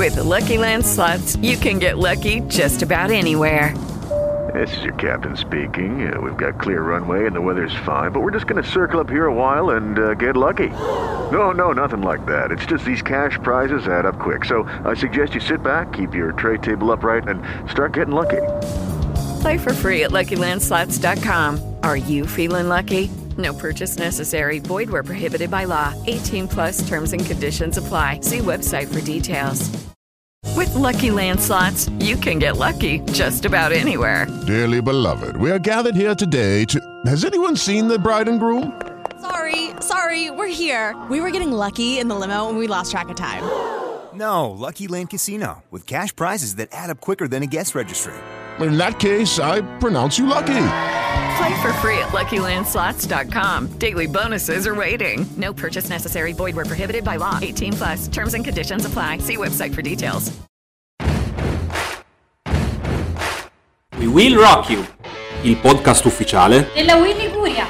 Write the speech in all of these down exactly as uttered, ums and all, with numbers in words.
With the Lucky Land Slots, you can get lucky just about anywhere. This is your captain speaking. Uh, we've got clear runway and the weather's fine, but we're just going to circle up here a while and uh, get lucky. No, no, nothing like that. It's just these cash prizes add up quick. So I suggest you sit back, keep your tray table upright, and start getting lucky. Play for free at Lucky Land Slots dot com. Are you feeling lucky? No purchase necessary. Void where prohibited by law. eighteen plus terms and conditions apply. See website for details. With Lucky Land Slots, you can get lucky just about anywhere. Dearly beloved, we are gathered here today to... Has anyone seen the bride and groom? Sorry, sorry, we're here. We were getting lucky in the limo and we lost track of time. No, Lucky Land Casino, with cash prizes that add up quicker than a guest registry. In that case, I pronounce you lucky. Play for free at Lucky Land Slots dot com. Daily bonuses are waiting. No purchase necessary. Void where prohibited by law. eighteen plus. Terms and conditions apply. See website for details. We Will Rock You, il podcast ufficiale della Will Liguria.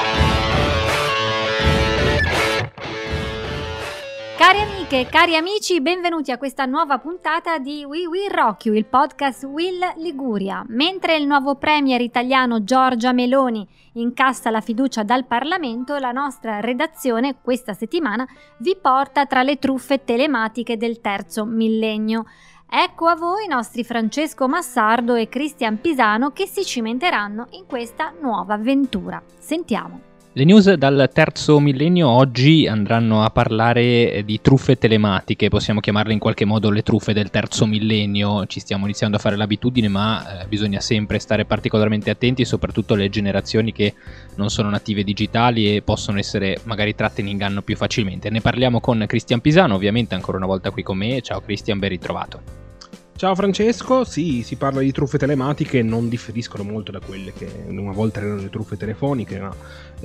Cari amiche e cari amici, benvenuti a questa nuova puntata di We Will Rock You, il podcast Will Liguria. Mentre il nuovo premier italiano Giorgia Meloni incassa la fiducia dal Parlamento, la nostra redazione questa settimana vi porta tra le truffe telematiche del terzo millennio. Ecco a voi i nostri Francesco Massardo e Cristian Pisano che si cimenteranno in questa nuova avventura. Sentiamo. Le news dal terzo millennio oggi andranno a parlare di truffe telematiche, possiamo chiamarle in qualche modo le truffe del terzo millennio. Ci stiamo iniziando a fare l'abitudine, ma eh, bisogna sempre stare particolarmente attenti, soprattutto alle generazioni che non sono native digitali e possono essere magari tratte in inganno più facilmente. Ne parliamo con Cristian Pisano, ovviamente ancora una volta qui con me. Ciao Cristian, ben ritrovato. Ciao Francesco, sì, si parla di truffe telematiche, non differiscono molto da quelle che una volta erano le truffe telefoniche, ma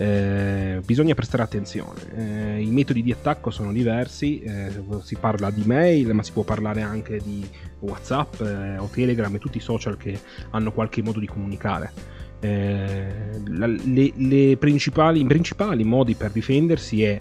eh, bisogna prestare attenzione. Eh, I metodi di attacco sono diversi, eh, si parla di mail, ma si può parlare anche di WhatsApp eh, o Telegram e tutti i social che hanno qualche modo di comunicare. Eh, la, le, le principali, i principali modi per difendersi è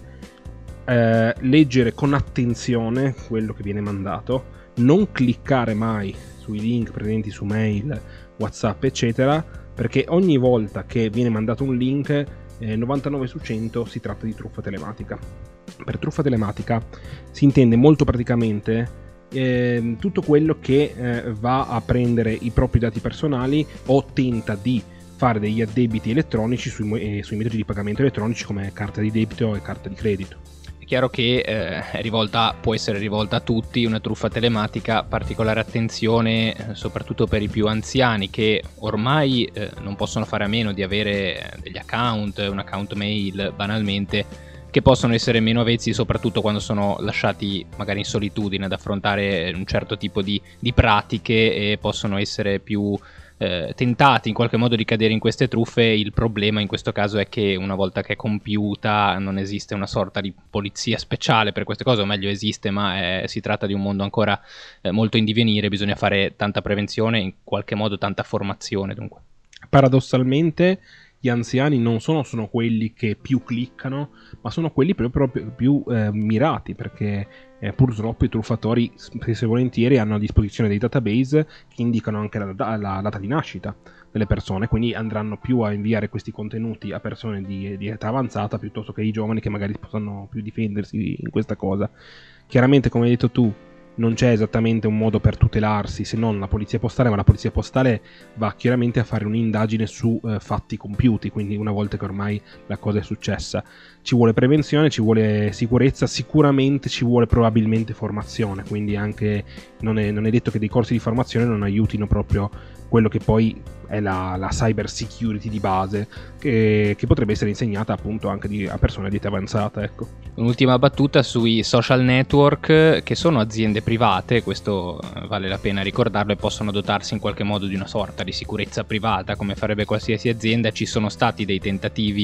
eh, leggere con attenzione quello che viene mandato, non cliccare mai sui link presenti su mail, WhatsApp, eccetera, perché ogni volta che viene mandato un link, eh, novantanove su cento si tratta di truffa telematica. Per truffa telematica si intende molto praticamente eh, tutto quello che eh, va a prendere i propri dati personali o tenta di fare degli addebiti elettronici sui, eh, sui metodi di pagamento elettronici come carta di debito e carta di credito. Chiaro che eh, è rivolta, può essere rivolta a tutti, una truffa telematica, particolare attenzione eh, soprattutto per i più anziani che ormai eh, non possono fare a meno di avere degli account, un account mail banalmente, che possono essere meno avvezzi soprattutto quando sono lasciati magari in solitudine ad affrontare un certo tipo di, di pratiche e possono essere più Eh, tentati in qualche modo di cadere in queste truffe. Il problema in questo caso è che una volta che è compiuta non esiste una sorta di polizia speciale per queste cose, o meglio esiste, ma è, si tratta di un mondo ancora eh, molto in divenire, bisogna fare tanta prevenzione, in qualche modo tanta formazione dunque. Paradossalmente gli anziani non sono, sono quelli che più cliccano, ma sono quelli proprio, proprio più eh, mirati, perché eh, purtroppo i truffatori spesso e volentieri hanno a disposizione dei database che indicano anche la, la, la data di nascita delle persone, quindi andranno più a inviare questi contenuti a persone di, di età avanzata piuttosto che ai giovani che magari possono più difendersi in questa cosa. Chiaramente, come hai detto tu, non c'è esattamente un modo per tutelarsi se non la polizia postale, ma la polizia postale va chiaramente a fare un'indagine su eh, fatti compiuti, quindi una volta che ormai la cosa è successa. Ci vuole prevenzione, ci vuole sicurezza, sicuramente ci vuole probabilmente formazione, quindi anche non è, non è detto che dei corsi di formazione non aiutino proprio quello che poi è la, la cyber security di base, che, che potrebbe essere insegnata appunto anche di, a persone di età avanzata, ecco. Un'ultima battuta sui social network, che sono aziende private, questo vale la pena ricordarlo, e possono dotarsi in qualche modo di una sorta di sicurezza privata come farebbe qualsiasi azienda. Ci sono stati dei tentativi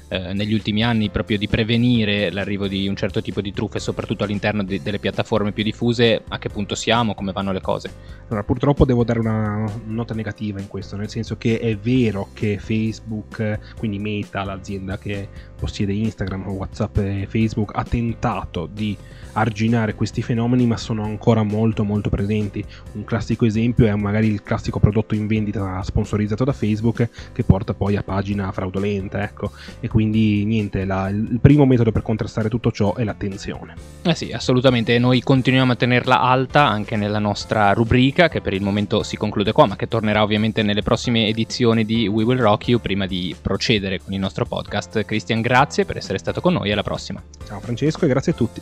eh, negli ultimi anni proprio di prevenire l'arrivo di un certo tipo di truffe, soprattutto all'interno di, delle piattaforme più diffuse. A che punto siamo? Come vanno le cose? Allora, purtroppo devo dare una nota negativa in questo, nel senso che è vero che Facebook, quindi Meta, l'azienda che possiede Instagram, WhatsApp e Facebook, ha tentato di arginare questi fenomeni, ma sono ancora molto molto presenti. Un classico esempio è magari il classico prodotto in vendita sponsorizzato da Facebook che porta poi a pagina fraudolenta, ecco. E quindi niente, la, il primo metodo per contrastare tutto ciò è l'attenzione. Eh sì, assolutamente, noi continuiamo a tenerla alta anche nella nostra rubrica, che per il momento si conclude qua, ma che tornerà ovviamente nelle prossime edizioni di We Will Rock You. Prima di procedere con il nostro podcast, Christian, grazie per essere stato con noi, alla prossima. Ciao Francesco e grazie a tutti.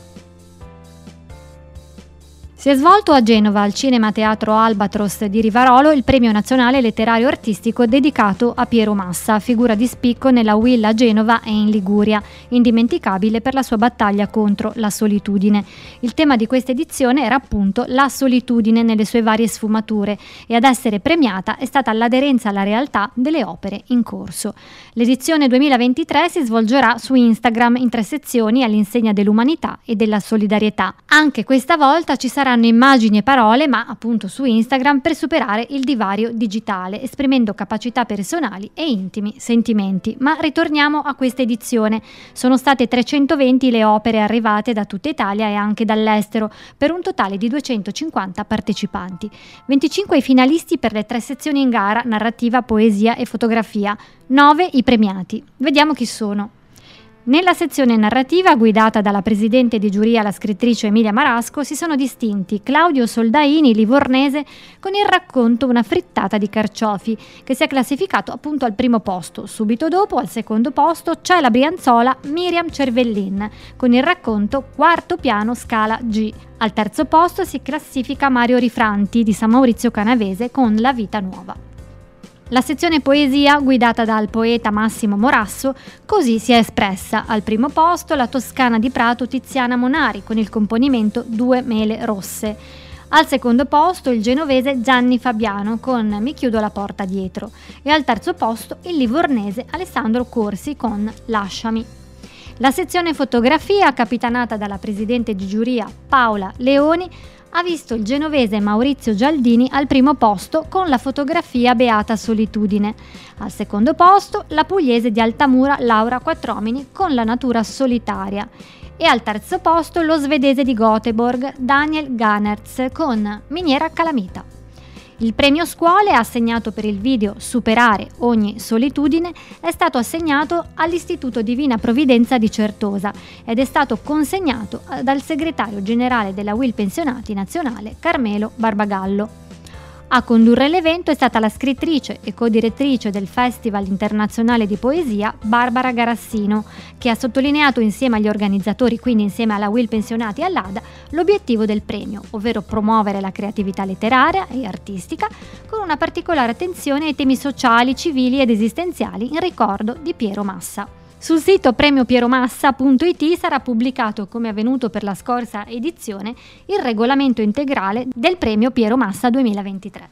Si è svolto a Genova, al Cinema Teatro Albatros di Rivarolo, il premio nazionale letterario artistico dedicato a Piero Massa, figura di spicco nella U I L a Genova e in Liguria, indimenticabile per la sua battaglia contro la solitudine. Il tema di questa edizione era appunto la solitudine nelle sue varie sfumature, e ad essere premiata è stata l'aderenza alla realtà delle opere in corso. L'edizione duemilaventitré si svolgerà su Instagram in tre sezioni all'insegna dell'umanità e della solidarietà. Anche questa volta ci saranno immagini e parole, ma appunto su Instagram, per superare il divario digitale, esprimendo capacità personali e intimi sentimenti. Ma ritorniamo a questa edizione. Sono state trecentoventi le opere arrivate da tutta Italia e anche dall'estero, per un totale di duecentocinquanta partecipanti. venticinque i finalisti per le tre sezioni in gara: narrativa, poesia e fotografia. nove i premiati. Vediamo chi sono. Nella sezione narrativa, guidata dalla presidente di giuria, la scrittrice Emilia Marasco, si sono distinti Claudio Soldaini, livornese, con il racconto Una frittata di carciofi, che si è classificato appunto al primo posto. Subito dopo, al secondo posto, c'è la brianzola Miriam Cervellin, con il racconto Quarto piano scala G. Al terzo posto si classifica Mario Rifranti, di San Maurizio Canavese, con La vita nuova. La sezione poesia, guidata dal poeta Massimo Morasso, così si è espressa. Al primo posto la toscana di Prato Tiziana Monari, con il componimento Due mele rosse. Al secondo posto il genovese Gianni Fabiano con Mi chiudo la porta dietro. E al terzo posto il livornese Alessandro Corsi con Lasciami. La sezione fotografia, capitanata dalla presidente di giuria Paola Leoni, ha visto il genovese Maurizio Gialdini al primo posto con la fotografia Beata Solitudine. Al secondo posto la pugliese di Altamura Laura Quattromini con La natura solitaria. E al terzo posto lo svedese di Göteborg Daniel Ganertz con Miniera Calamita. Il premio Scuole, assegnato per il video Superare ogni solitudine, è stato assegnato all'Istituto Divina Provvidenza di Certosa ed è stato consegnato dal segretario generale della U I L Pensionati Nazionale Carmelo Barbagallo. A condurre l'evento è stata la scrittrice e co-direttrice del Festival Internazionale di Poesia Barbara Garassino, che ha sottolineato insieme agli organizzatori, quindi insieme alla U I L Pensionati e all'A D A, l'obiettivo del premio, ovvero promuovere la creatività letteraria e artistica con una particolare attenzione ai temi sociali, civili ed esistenziali in ricordo di Piero Massa. Sul sito premio pieromassa punto it sarà pubblicato, come avvenuto per la scorsa edizione, il regolamento integrale del premio Piero Massa duemilaventitré.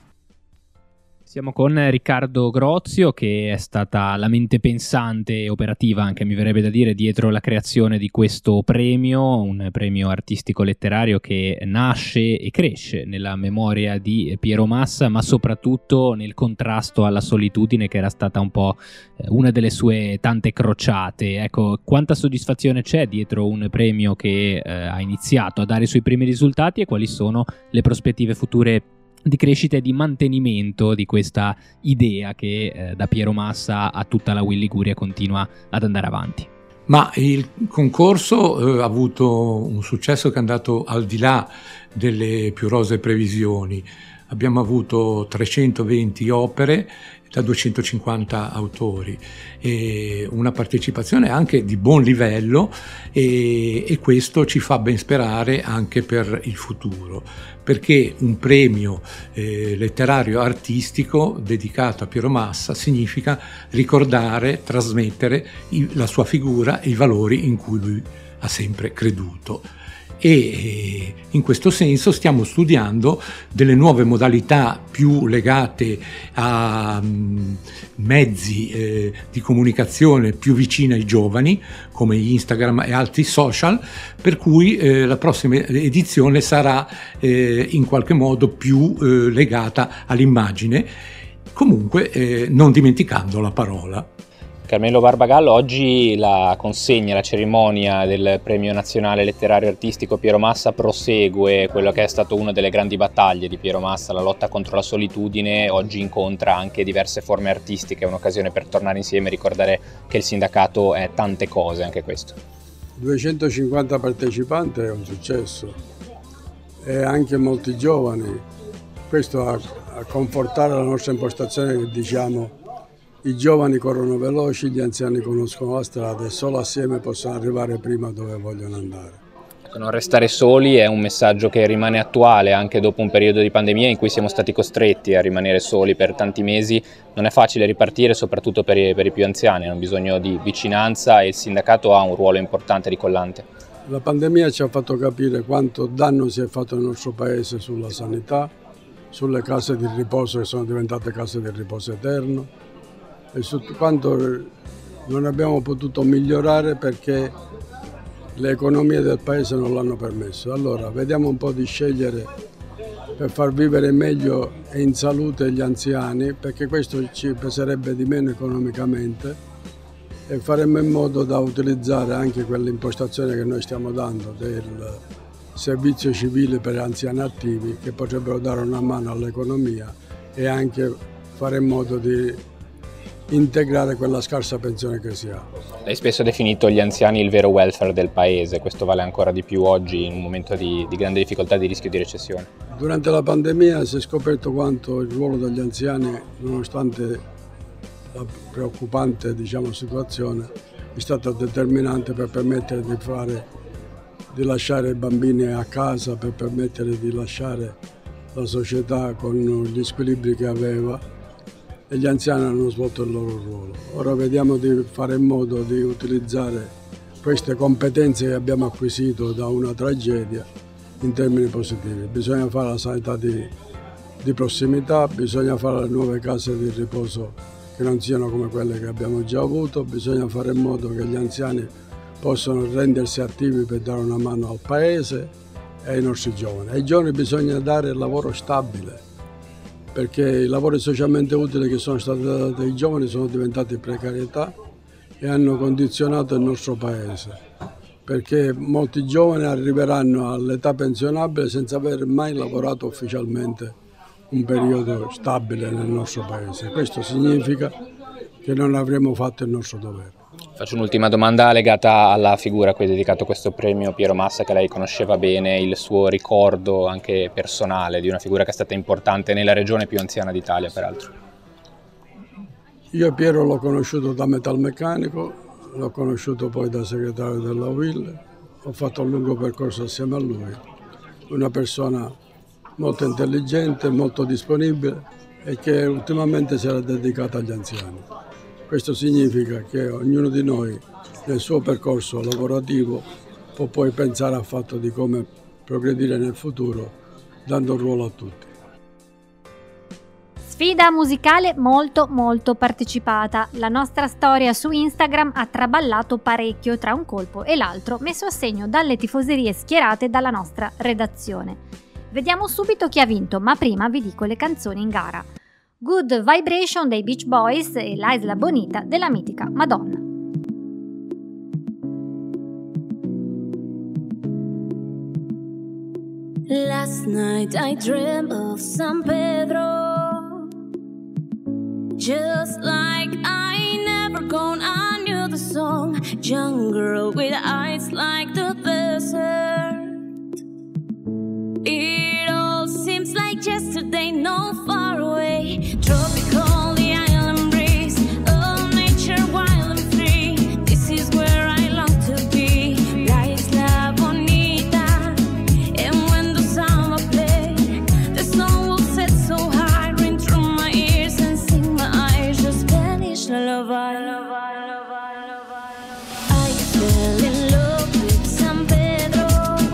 Siamo con Riccardo Grozio, che è stata la mente pensante e operativa, anche mi verrebbe da dire, dietro la creazione di questo premio, un premio artistico letterario che nasce e cresce nella memoria di Piero Massa, ma soprattutto nel contrasto alla solitudine, che era stata un po' una delle sue tante crociate. Ecco, quanta soddisfazione c'è dietro un premio che eh, ha iniziato a dare i suoi primi risultati, e quali sono le prospettive future di crescita e di mantenimento di questa idea che eh, da Piero Massa a tutta la U I L Liguria continua ad andare avanti? Ma il concorso eh, ha avuto un successo che è andato al di là delle più rosee previsioni. Abbiamo avuto trecentoventi opere da duecentocinquanta autori e una partecipazione anche di buon livello, e, e questo ci fa ben sperare anche per il futuro, perché un premio eh, letterario artistico dedicato a Piero Massa significa ricordare, trasmettere i, la sua figura e i valori in cui lui ha sempre creduto. e in questo senso stiamo studiando delle nuove modalità più legate a um, mezzi eh, di comunicazione più vicini ai giovani, come Instagram e altri social, per cui eh, la prossima edizione sarà eh, in qualche modo più eh, legata all'immagine, comunque eh, non dimenticando la parola. Carmelo Barbagallo, oggi la consegna, la cerimonia del Premio Nazionale Letterario Artistico Piero Massa prosegue quello che è stato una delle grandi battaglie di Piero Massa, la lotta contro la solitudine. Oggi incontra anche diverse forme artistiche, è un'occasione per tornare insieme e ricordare che il sindacato è tante cose, anche questo. duecentocinquanta partecipanti è un successo e anche molti giovani, questo a, a confortare la nostra impostazione che diciamo i giovani corrono veloci, gli anziani conoscono la strada e solo assieme possono arrivare prima dove vogliono andare. Non restare soli è un messaggio che rimane attuale anche dopo un periodo di pandemia in cui siamo stati costretti a rimanere soli per tanti mesi. Non è facile ripartire, soprattutto per i, per i più anziani, hanno bisogno di vicinanza e il sindacato ha un ruolo importante di collante. La pandemia ci ha fatto capire quanto danno si è fatto nel nostro paese sulla sanità, sulle case di riposo che sono diventate case di riposo eterno, e su quanto non abbiamo potuto migliorare perché le economie del paese non l'hanno permesso. Allora vediamo un po' di scegliere per far vivere meglio e in salute gli anziani, perché questo ci peserebbe di meno economicamente, e faremmo in modo da utilizzare anche quell'impostazione che noi stiamo dando del servizio civile per anziani attivi, che potrebbero dare una mano all'economia e anche fare in modo di integrare quella scarsa pensione che si ha. Lei spesso ha definito gli anziani il vero welfare del paese, questo vale ancora di più oggi in un momento di, di grande difficoltà e di rischio di recessione. Durante la pandemia si è scoperto quanto il ruolo degli anziani, nonostante la preoccupante diciamo, situazione, è stato determinante per permettere di, fare, di lasciare i bambini a casa, per permettere di lasciare la società con gli squilibri che aveva. E gli anziani hanno svolto il loro ruolo. Ora vediamo di fare in modo di utilizzare queste competenze che abbiamo acquisito da una tragedia in termini positivi. Bisogna fare la sanità di, di prossimità, bisogna fare le nuove case di riposo che non siano come quelle che abbiamo già avuto, bisogna fare in modo che gli anziani possano rendersi attivi per dare una mano al paese e ai nostri giovani. Ai giovani bisogna dare il lavoro stabile, perché i lavori socialmente utili che sono stati dati ai giovani sono diventati precarietà e hanno condizionato il nostro paese, perché molti giovani arriveranno all'età pensionabile senza aver mai lavorato ufficialmente un periodo stabile nel nostro paese. Questo significa che non avremo fatto il nostro dovere. Faccio un'ultima domanda legata alla figura a cui è dedicato questo premio Piero Massa, che lei conosceva bene, il suo ricordo anche personale di una figura che è stata importante nella regione più anziana d'Italia, peraltro. Io Piero l'ho conosciuto da metalmeccanico, l'ho conosciuto poi da segretario della U I L, ho fatto un lungo percorso assieme a lui, una persona molto intelligente, molto disponibile e che ultimamente si era dedicata agli anziani. Questo significa che ognuno di noi nel suo percorso lavorativo può poi pensare al fatto di come progredire nel futuro, dando un ruolo a tutti. Sfida musicale molto molto partecipata. La nostra storia su Instagram ha traballato parecchio tra un colpo e l'altro, messo a segno dalle tifoserie schierate dalla nostra redazione. Vediamo subito chi ha vinto, ma prima vi dico le canzoni in gara. Good Vibration dei Beach Boys e La Isla Bonita della mitica Madonna. Last night I dreamed of San Pedro, just like I never gone. I knew the song, young girl with eyes like the desert. It all seems like yesterday, no far away. Tropical, the island breeze, all nature wild and free. This is where I long to be, La Isla Bonita. And when the summer play, the sun will set so high, ring through my ears and sing my eyes, just Spanish lullaby. I fell in love with San Pedro.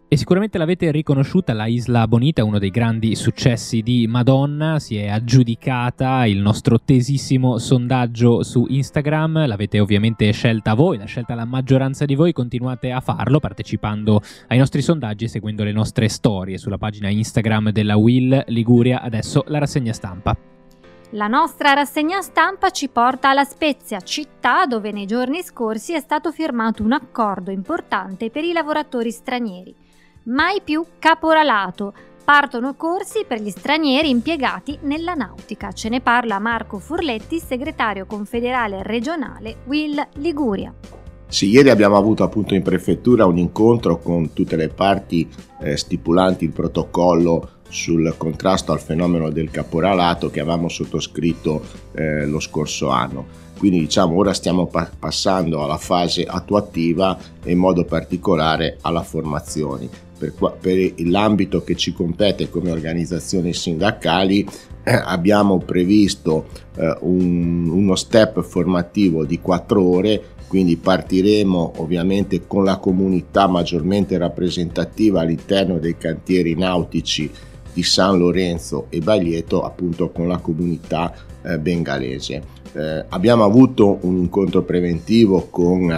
E sicuramente l'avete riconosciuta, la Isla Bonita, uno dei grandi successi di Madonna, si è aggiudicata il nostro tesissimo sondaggio su Instagram, l'avete ovviamente scelta voi, l'ha scelta la maggioranza di voi, continuate a farlo partecipando ai nostri sondaggi e seguendo le nostre storie sulla pagina Instagram della Will Liguria. Adesso la rassegna stampa. La nostra rassegna stampa ci porta alla Spezia, città dove nei giorni scorsi è stato firmato un accordo importante per i lavoratori stranieri. Mai più caporalato, partono corsi per gli stranieri impiegati nella nautica. Ce ne parla Marco Furletti, segretario confederale regionale Will Liguria. Sì, ieri abbiamo avuto appunto in prefettura un incontro con tutte le parti eh, stipulanti il protocollo sul contrasto al fenomeno del caporalato che avevamo sottoscritto eh, lo scorso anno. Quindi diciamo ora stiamo pa- passando alla fase attuativa e in modo particolare alla formazione. Per, qua- per l'ambito che ci compete come organizzazioni sindacali eh, abbiamo previsto eh, un, uno step formativo di quattro ore, quindi partiremo ovviamente con la comunità maggiormente rappresentativa all'interno dei cantieri nautici di San Lorenzo e Baglietto, appunto con la comunità eh, bengalese. Eh, abbiamo avuto un incontro preventivo con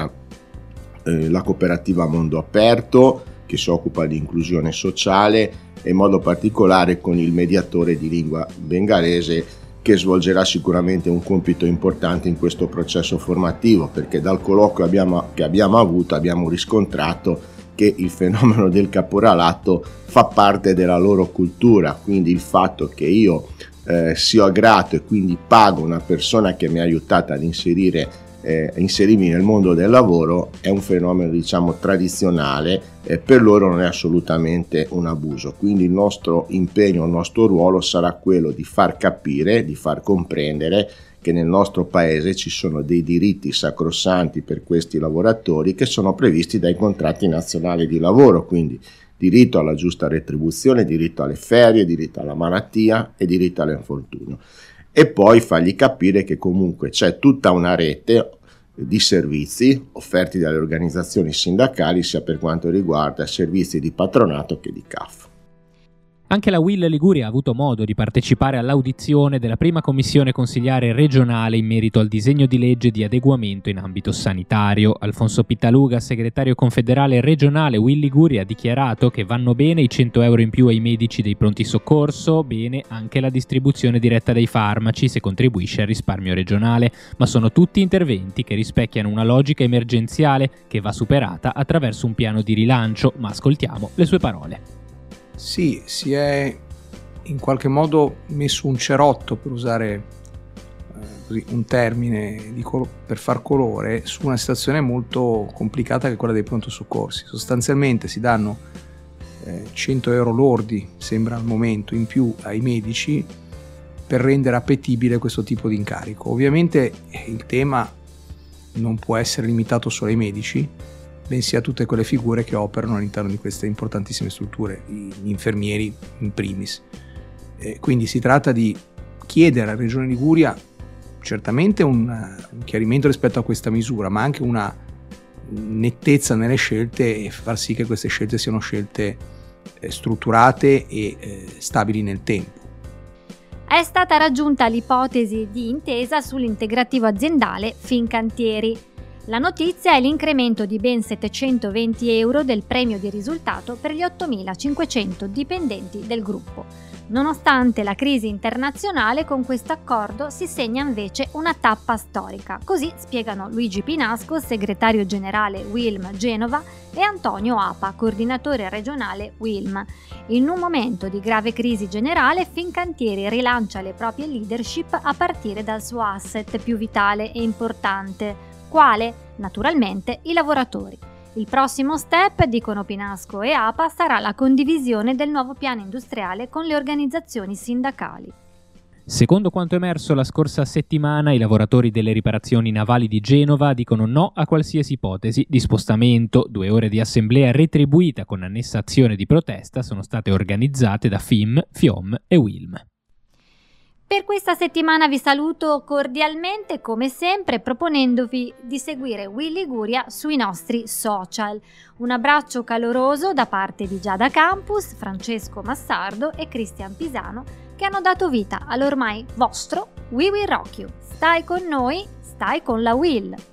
eh, la cooperativa Mondo Aperto che si occupa di inclusione sociale e in modo particolare con il mediatore di lingua bengalese che svolgerà sicuramente un compito importante in questo processo formativo, perché dal colloquio abbiamo, che abbiamo avuto abbiamo riscontrato che il fenomeno del caporalato fa parte della loro cultura, quindi il fatto che io eh, sia grato e quindi pago una persona che mi ha aiutato ad inserire eh, inserirmi nel mondo del lavoro è un fenomeno diciamo tradizionale, eh, per loro non è assolutamente un abuso, quindi il nostro impegno, il nostro ruolo sarà quello di far capire, di far comprendere che nel nostro paese ci sono dei diritti sacrosanti per questi lavoratori che sono previsti dai contratti nazionali di lavoro, quindi diritto alla giusta retribuzione, diritto alle ferie, diritto alla malattia e diritto all'infortunio. E poi fargli capire che comunque c'è tutta una rete di servizi offerti dalle organizzazioni sindacali sia per quanto riguarda servizi di patronato che di C A F. Anche la Will Liguria ha avuto modo di partecipare all'audizione della prima commissione consigliare regionale in merito al disegno di legge di adeguamento in ambito sanitario. Alfonso Pittaluga, segretario confederale regionale Will Liguria, ha dichiarato che vanno bene i cento euro in più ai medici dei pronti soccorso, bene anche la distribuzione diretta dei farmaci se contribuisce al risparmio regionale, ma sono tutti interventi che rispecchiano una logica emergenziale che va superata attraverso un piano di rilancio, ma ascoltiamo le sue parole. Sì, si è in qualche modo messo un cerotto, per usare eh, così, un termine di col- per far colore, su una situazione molto complicata che è quella dei pronto soccorsi. Sostanzialmente si danno eh, cento euro lordi, sembra al momento, in più ai medici per rendere appetibile questo tipo di incarico. Ovviamente eh, il tema non può essere limitato solo ai medici, bensì a tutte quelle figure che operano all'interno di queste importantissime strutture, gli infermieri in primis. Eh, quindi si tratta di chiedere alla Regione Liguria certamente un, un chiarimento rispetto a questa misura, ma anche una nettezza nelle scelte e far sì che queste scelte siano scelte eh, strutturate e eh, stabili nel tempo. È stata raggiunta l'ipotesi di intesa sull'integrativo aziendale Fincantieri. La notizia è l'incremento di ben settecentoventi euro del premio di risultato per gli ottomilacinquecento dipendenti del gruppo. Nonostante la crisi internazionale, con questo accordo si segna invece una tappa storica. Così spiegano Luigi Pinasco, segretario generale Wilm Genova, e Antonio Apa, coordinatore regionale Wilm. In un momento di grave crisi generale, Fincantieri rilancia le proprie leadership a partire dal suo asset più vitale e importante, quale, naturalmente, i lavoratori. Il prossimo step, dicono Pinasco e Apa, sarà la condivisione del nuovo piano industriale con le organizzazioni sindacali. Secondo quanto emerso la scorsa settimana, i lavoratori delle riparazioni navali di Genova dicono no a qualsiasi ipotesi di spostamento. Due ore di assemblea retribuita con annessa azione di protesta sono state organizzate da F I M, FIOM e Wilm. Per questa settimana vi saluto cordialmente, come sempre, proponendovi di seguire Will Liguria sui nostri social. Un abbraccio caloroso da parte di Giada Campus, Francesco Massardo e Cristian Pisano, che hanno dato vita all'ormai vostro We Will Rock You. Stai con noi, stai con la Will.